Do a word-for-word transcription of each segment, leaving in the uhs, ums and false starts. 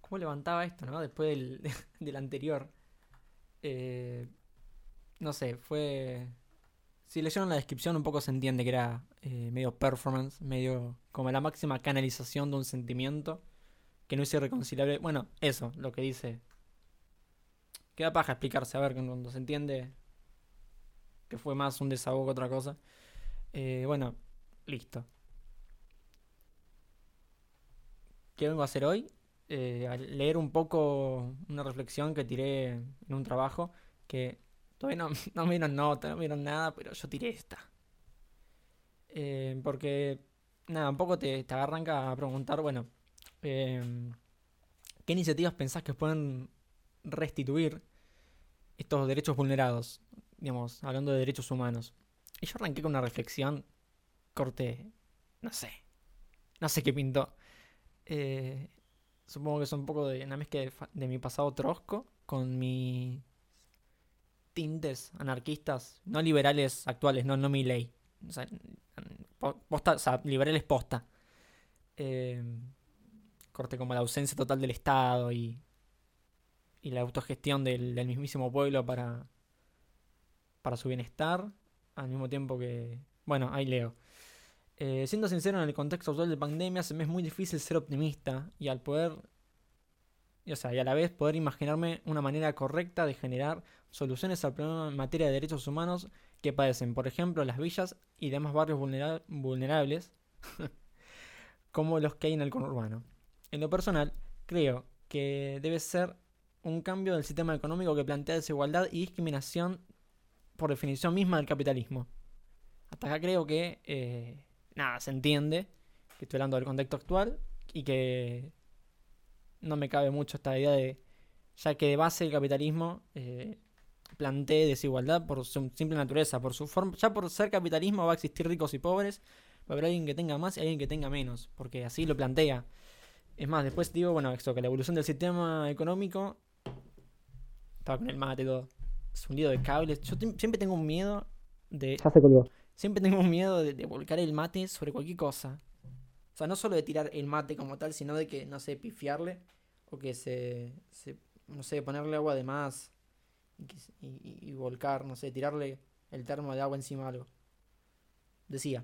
cómo levantaba esto, ¿no? Después del, del anterior. Eh, no sé, fue... Si leyeron la descripción un poco se entiende que era eh, medio performance, medio como la máxima canalización de un sentimiento que no es irreconciliable. Bueno, eso, lo que dice. Queda paja explicarse, a ver, cuando se entiende que fue más un desahogo que otra cosa. Eh, bueno, listo. ¿Qué vengo a hacer hoy? Eh, a leer un poco una reflexión que tiré en un trabajo que todavía no, no me dieron nota, no me dieron nada, pero yo tiré esta. Eh, porque, nada, un poco te, te arranca a preguntar, bueno, eh, ¿qué iniciativas pensás que pueden restituir estos derechos vulnerados? Digamos, hablando de derechos humanos. Y yo arranqué con una reflexión, corte, no sé, no sé qué pintó. Eh, Supongo que es un poco de una mezcla de, de mi pasado trosco con mis tintes anarquistas, no liberales actuales, no, no mi ley. O sea, posta, o sea, liberales posta. Eh, Corte como la ausencia total del Estado y, y la autogestión del, del mismísimo pueblo para, para su bienestar, al mismo tiempo que... Bueno, ahí leo. Eh, siendo sincero, en el contexto actual de pandemia se me es muy difícil ser optimista y al poder, y, o sea, y a la vez poder imaginarme una manera correcta de generar soluciones al problema en materia de derechos humanos que padecen, por ejemplo, las villas y demás barrios vulnera- vulnerables como los que hay en el conurbano. En lo personal, creo que debe ser un cambio del sistema económico que plantea desigualdad y discriminación por definición misma del capitalismo. Hasta acá creo que, eh, nada, se entiende que estoy hablando del contexto actual y que no me cabe mucho esta idea de, ya que de base el capitalismo eh, plantee desigualdad por su simple naturaleza, por su forma, ya por ser capitalismo va a existir ricos y pobres, va a haber alguien que tenga más y alguien que tenga menos, porque así lo plantea. Es más, después digo, bueno, esto, que la evolución del sistema económico, estaba con el mate y todo, es un lío de cables. Yo te- siempre tengo un miedo de... Ya se colgó. Siempre tengo un miedo de, de volcar el mate sobre cualquier cosa. O sea, no solo de tirar el mate como tal, sino de que, no sé, pifiarle. O que se, se no sé, ponerle agua de más y, que y- y volcar, no sé, tirarle el termo de agua encima a algo. Decía.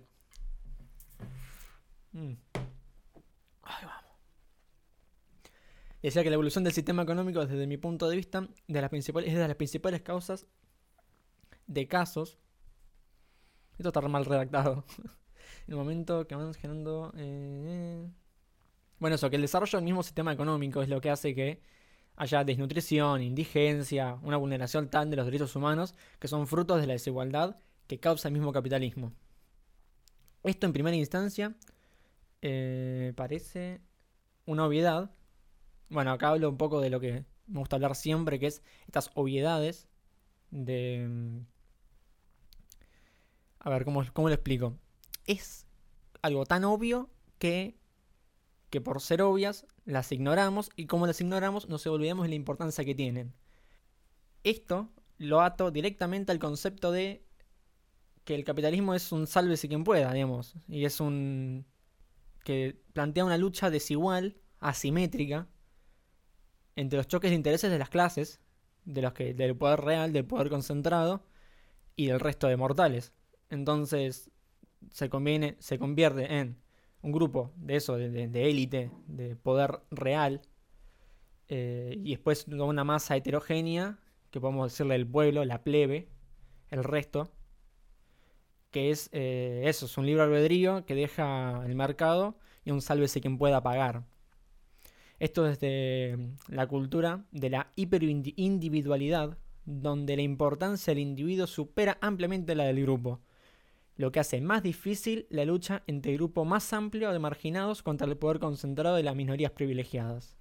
Mm. Ay, vamos. Decía que la evolución del sistema económico, desde mi punto de vista, de las principales, es de las principales causas de casos. Esto está mal redactado. En el momento que van generando. Eh, bueno, eso, que el desarrollo del mismo sistema económico es lo que hace que haya desnutrición, indigencia, una vulneración tal de los derechos humanos que son frutos de la desigualdad que causa el mismo capitalismo. Esto en primera instancia eh, parece una obviedad. Bueno, acá hablo un poco de lo que me gusta hablar siempre, que es estas obviedades de... mm, A ver, ¿cómo, cómo lo explico? Es algo tan obvio que, que por ser obvias las ignoramos y como las ignoramos nos olvidamos de la importancia que tienen. Esto lo ato directamente al concepto de que el capitalismo es un sálvese quien pueda, digamos, y es un que plantea una lucha desigual, asimétrica, entre los choques de intereses de las clases, de los que, del poder real, del poder concentrado, y del resto de mortales. Entonces se, conviene, se convierte en un grupo de eso, de, de, de élite, de poder real, eh, y después una masa heterogénea, que podemos decirle el pueblo, la plebe, el resto, que es eh, eso, es un libre albedrío que deja el mercado y un sálvese quien pueda pagar. Esto desde la cultura de la hiperindividualidad, donde la importancia del individuo supera ampliamente la del grupo, lo que hace más difícil la lucha entre el grupo más amplio de marginados contra el poder concentrado de las minorías privilegiadas.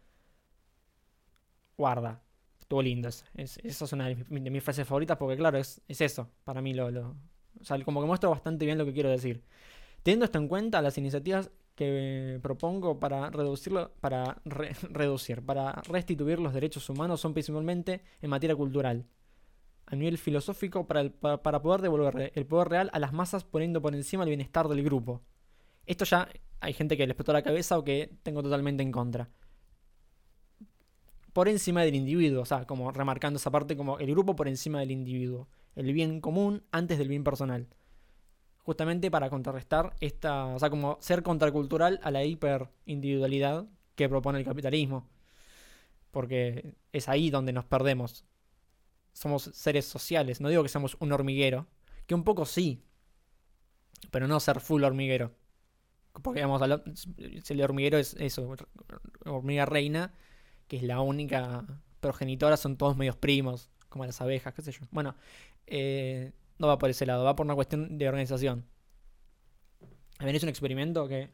Guarda, estuvo lindo. Es, es, esa es una de mis, de mis frases favoritas porque, claro, es, es eso. Para mí, lo, lo. O sea, como que muestra bastante bien lo que quiero decir. Teniendo esto en cuenta, las iniciativas que propongo para reducirlo, para re- reducir, para restituir los derechos humanos son principalmente en materia cultural. A nivel filosófico, para, el- pa- para poder devolver el poder real a las masas poniendo por encima el bienestar del grupo. Esto ya hay gente que le explotó la cabeza o que tengo totalmente en contra. por encima del individuo, o sea, como remarcando esa parte como el grupo por encima del individuo, el bien común antes del bien personal. Justamente para contrarrestar esta, o sea, como ser contracultural a la hiperindividualidad que propone el capitalismo. Porque es ahí donde nos perdemos. Somos seres sociales, no digo que seamos un hormiguero, que un poco sí, pero no ser full hormiguero. Porque digamos, el hormiguero es eso, hormiga reina, que es la única progenitora, son todos medios primos, como las abejas, qué sé yo. Bueno, eh, no va por ese lado, va por una cuestión de organización. Habían hecho un experimento que...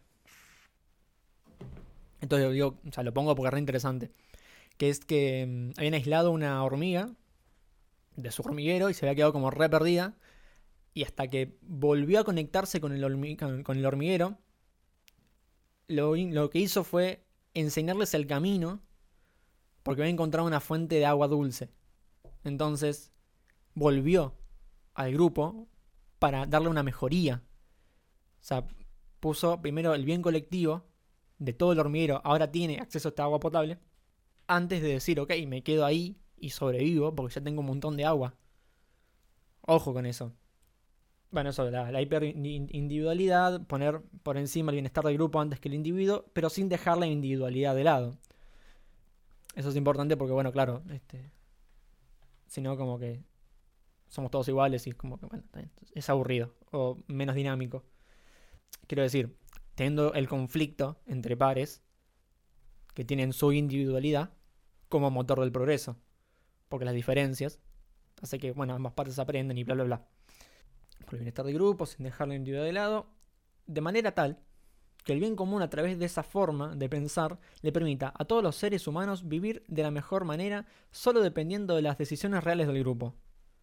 Entonces lo digo, o sea, lo pongo porque es re interesante. Que es que mmm, habían aislado una hormiga de su hormiguero y se había quedado como re perdida. Y hasta que volvió a conectarse con el, hormi- con el hormiguero, lo, lo que hizo fue enseñarles el camino porque había encontrado una fuente de agua dulce. Entonces volvió al grupo para darle una mejoría. O sea, puso primero el bien colectivo de todo el hormiguero, ahora tiene acceso a esta agua potable, antes de decir, ok, me quedo ahí y sobrevivo porque ya tengo un montón de agua. Ojo con eso. Bueno, eso, la, la hiperindividualidad, poner por encima el bienestar del grupo antes que el individuo, pero sin dejar la individualidad de lado. Eso es importante porque, bueno, claro, este, si no, como que somos todos iguales y es como que, bueno, es aburrido o menos dinámico. Quiero decir, teniendo el conflicto entre pares que tienen su individualidad como motor del progreso, porque las diferencias hace que, bueno, ambas partes aprenden y bla, bla, bla. Por el bienestar del grupo, sin dejar la individualidad de lado, de manera tal que el bien común a través de esa forma de pensar le permita a todos los seres humanos vivir de la mejor manera solo dependiendo de las decisiones reales del grupo.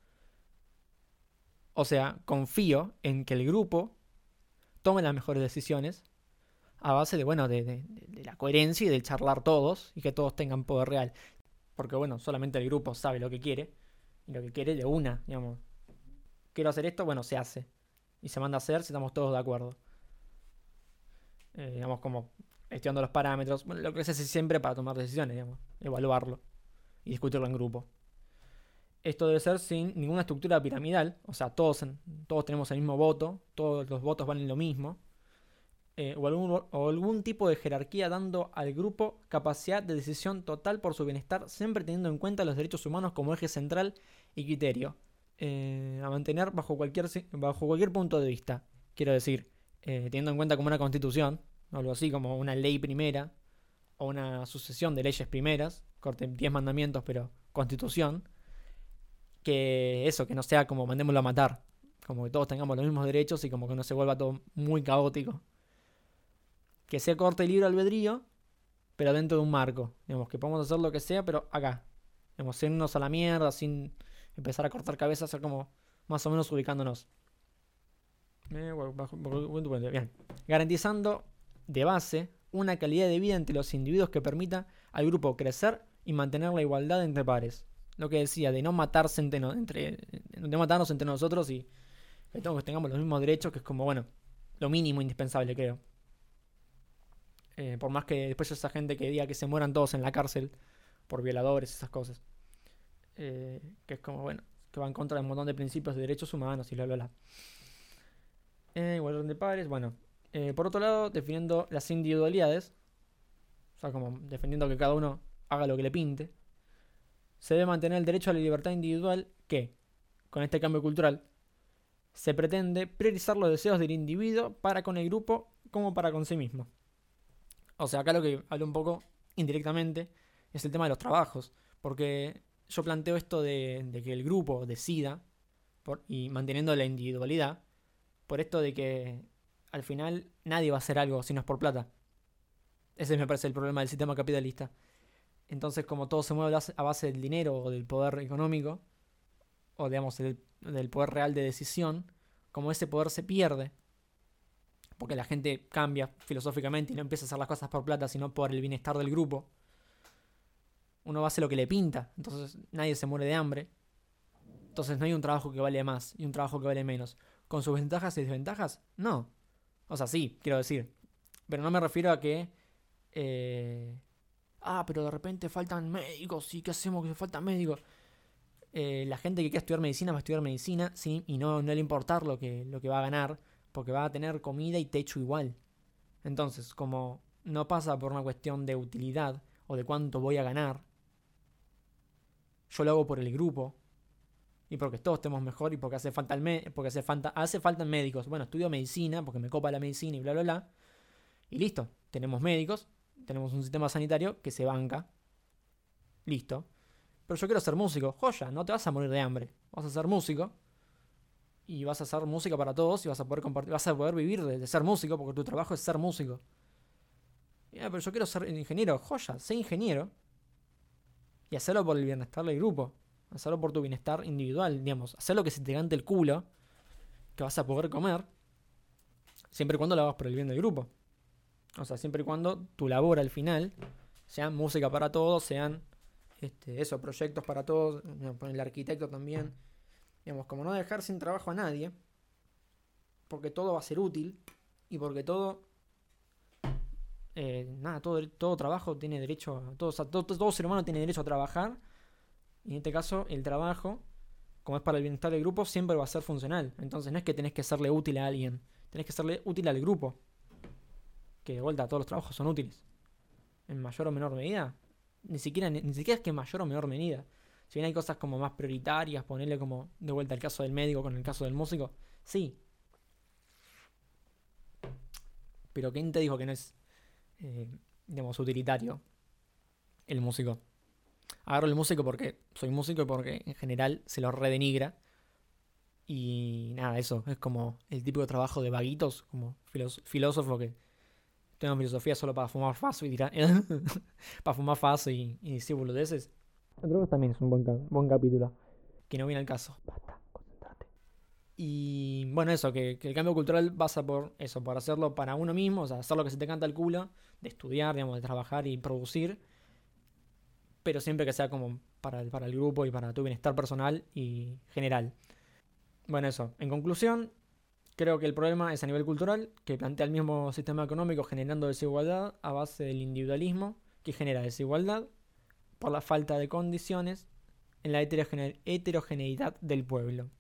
O sea, confío en que el grupo tome las mejores decisiones a base de, bueno, de, de, de la coherencia y del charlar todos y que todos tengan poder real. Porque, bueno, solamente el grupo sabe lo que quiere y lo que quiere de una, digamos. Quiero hacer esto, bueno, se hace. Y se manda a hacer si estamos todos de acuerdo. Eh, digamos, como estudiando los parámetros, bueno, lo que se hace siempre para tomar decisiones, digamos, evaluarlo y discutirlo en grupo. Esto debe ser sin ninguna estructura piramidal, o sea, todos, todos tenemos el mismo voto, todos los votos valen lo mismo, eh, o, algún, o algún tipo de jerarquía dando al grupo capacidad de decisión total por su bienestar, siempre teniendo en cuenta los derechos humanos como eje central y criterio, eh, a mantener bajo cualquier, bajo cualquier punto de vista. Quiero decir, eh, teniendo en cuenta como una constitución, o algo así como una ley primera, o una sucesión de leyes primeras, corte diez mandamientos, pero constitución, que eso, que no sea como mandémoslo a matar, como que todos tengamos los mismos derechos y como que no se vuelva todo muy caótico. Que sea corte y libre albedrío, pero dentro de un marco, digamos, que podamos hacer lo que sea, pero acá, digamos, sin irnos a la mierda, sin empezar a cortar cabezas, ser como más o menos ubicándonos. Bien. Garantizando de base una calidad de vida entre los individuos que permita al grupo crecer y mantener la igualdad entre pares. Lo que decía, de no matarse entre, entre de matarnos entre nosotros y que todos tengamos los mismos derechos, que es como, bueno, lo mínimo indispensable, creo. Eh, por más que después esa gente que diga que se mueran todos en la cárcel por violadores, esas cosas. Eh, que es como, bueno, que va en contra de un montón de principios de derechos humanos y bla, bla, bla. Eh, igualdad de pares, bueno. Eh, por otro lado, definiendo las individualidades, o sea, como defendiendo que cada uno haga lo que le pinte, se debe mantener el derecho a la libertad individual que, con este cambio cultural, se pretende priorizar los deseos del individuo para con el grupo como para con sí mismo. O sea, acá lo que hablo un poco indirectamente es el tema de los trabajos, porque yo planteo esto de, de que el grupo decida por, y manteniendo la individualidad, por esto de que al final nadie va a hacer algo si no es por plata. Ese me parece el problema del sistema capitalista. Entonces, como todo se mueve a base del dinero o del poder económico, o digamos del, del poder real de decisión, como ese poder se pierde, porque la gente cambia filosóficamente y no empieza a hacer las cosas por plata, sino por el bienestar del grupo, uno hace lo que le pinta, entonces nadie se muere de hambre. Entonces no hay un trabajo que vale más y un trabajo que vale menos. ¿Con sus ventajas y desventajas? No. O sea, sí, quiero decir. Pero no me refiero a que... Eh, Ah, pero de repente faltan médicos, ¿sí? ¿Qué hacemos que faltan médicos? Eh, la gente que quiere estudiar medicina va a estudiar medicina, sí, y no, no le importar lo que, lo que va a ganar, porque va a tener comida y techo igual. Entonces, como no pasa por una cuestión de utilidad o de cuánto voy a ganar, yo lo hago por el grupo y porque todos estemos mejor y porque hace falta el me- porque hace falta hace falta médicos. Bueno, estudio medicina porque me copa la medicina y bla bla bla y listo. Tenemos médicos, tenemos un sistema sanitario que se banca, listo. Pero yo quiero ser músico, joya, no te vas a morir de hambre. Vas a ser músico y vas a hacer música para todos y vas a poder compartir, vas a poder vivir de, de ser músico porque tu trabajo es ser músico. Ya, pero yo quiero ser ingeniero, joya, sé ingeniero y hacerlo por el bienestar del grupo, hacerlo por tu bienestar individual, digamos, hacer lo que se te cante el culo, que vas a poder comer, siempre y cuando lo hagas por el bien del grupo. O sea, siempre y cuando tu labor al final sean música para todos, sean este, eso, proyectos para todos, el arquitecto también. Digamos, como no dejar sin trabajo a nadie, porque todo va a ser útil y porque todo, eh, nada, todo, todo trabajo tiene derecho a, todo, o sea, todo, todo ser humano tiene derecho a trabajar. Y en este caso, el trabajo, como es para el bienestar del grupo, siempre va a ser funcional. Entonces no es que tenés que serle útil a alguien, tenés que serle útil al grupo. Que de vuelta, todos los trabajos son útiles. En mayor o menor medida. Ni siquiera, ni, ni siquiera es que en mayor o menor medida. Si bien hay cosas como más prioritarias, ponerle como de vuelta el caso del médico con el caso del músico, sí. Pero ¿quién te dijo que no es, eh, digamos, utilitario el músico? Agarro el músico porque soy músico y porque en general se lo redenigra. Y nada, eso es como el típico trabajo de vaguitos, como filósofo que tengo filosofía solo para fumar faso y tirar. para fumar faso y, y decir boludeces. Creo que también es un buen, buen capítulo. Que no viene al caso. Basta, concentrate. Y bueno, eso, que, que el cambio cultural pasa por eso, por hacerlo para uno mismo, o sea, hacer lo que se te canta el culo, de estudiar, digamos, de trabajar y producir, pero siempre que sea como para el, para el grupo y para tu bienestar personal y general. Bueno, eso, en conclusión, creo que el problema es a nivel cultural, que plantea el mismo sistema económico generando desigualdad a base del individualismo, que genera desigualdad por la falta de condiciones en la heterogene- heterogeneidad del pueblo.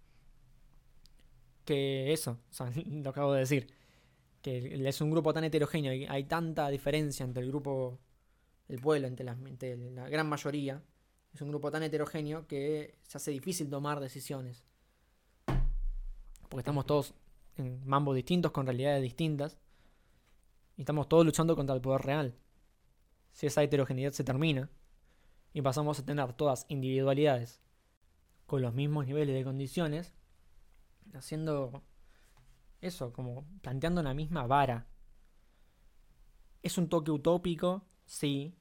Que eso, o sea, lo acabo de decir, que es un grupo tan heterogéneo y hay tanta diferencia entre el grupo, el pueblo, entre la, entre la gran mayoría, es un grupo tan heterogéneo que se hace difícil tomar decisiones. Porque estamos todos en mambos distintos, con realidades distintas, y estamos todos luchando contra el poder real. Si esa heterogeneidad se termina y pasamos a tener todas individualidades con los mismos niveles de condiciones, haciendo eso, como planteando una misma vara. Es un toque utópico, sí.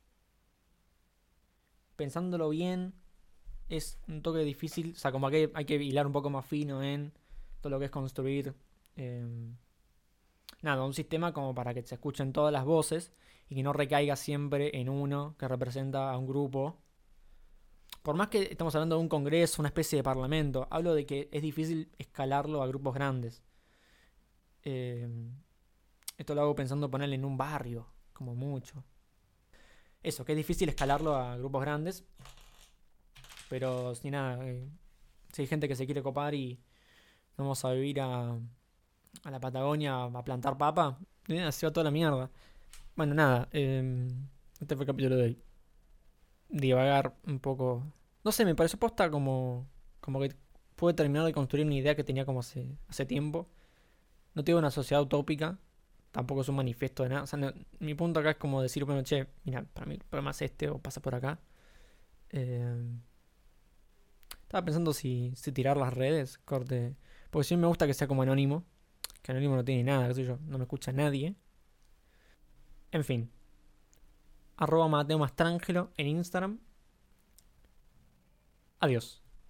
Pensándolo bien, es un toque difícil. O sea, como que hay que hilar un poco más fino en todo lo que es construir. Eh, nada, un sistema como para que se escuchen todas las voces y que no recaiga siempre en uno que representa a un grupo. Por más que estamos hablando de un congreso, una especie de parlamento, hablo de que es difícil escalarlo a grupos grandes. Eh, esto lo hago pensando ponerle en un barrio, como mucho. Eso, que es difícil escalarlo a grupos grandes, pero si nada, eh, si hay gente que se quiere copar y vamos a vivir a, a la Patagonia a plantar papa, eh, se va toda la mierda. Bueno, nada, eh, este fue el capítulo de hoy. Divagar un poco. No sé, me pareció posta como, como que pude terminar de construir una idea que tenía como hace, hace tiempo. No tengo una sociedad utópica, tampoco es un manifiesto de nada. O sea, no- mi punto acá es como decir, bueno, che, mira, para mí el problema es este o pasa por acá. Eh, estaba pensando si, si tirar las redes, corte. Porque sí me gusta que sea como anónimo. Que anónimo no tiene nada, qué sé yo, no me escucha nadie. En fin, arroba Mateo Mastrangelo en Instagram. Adiós.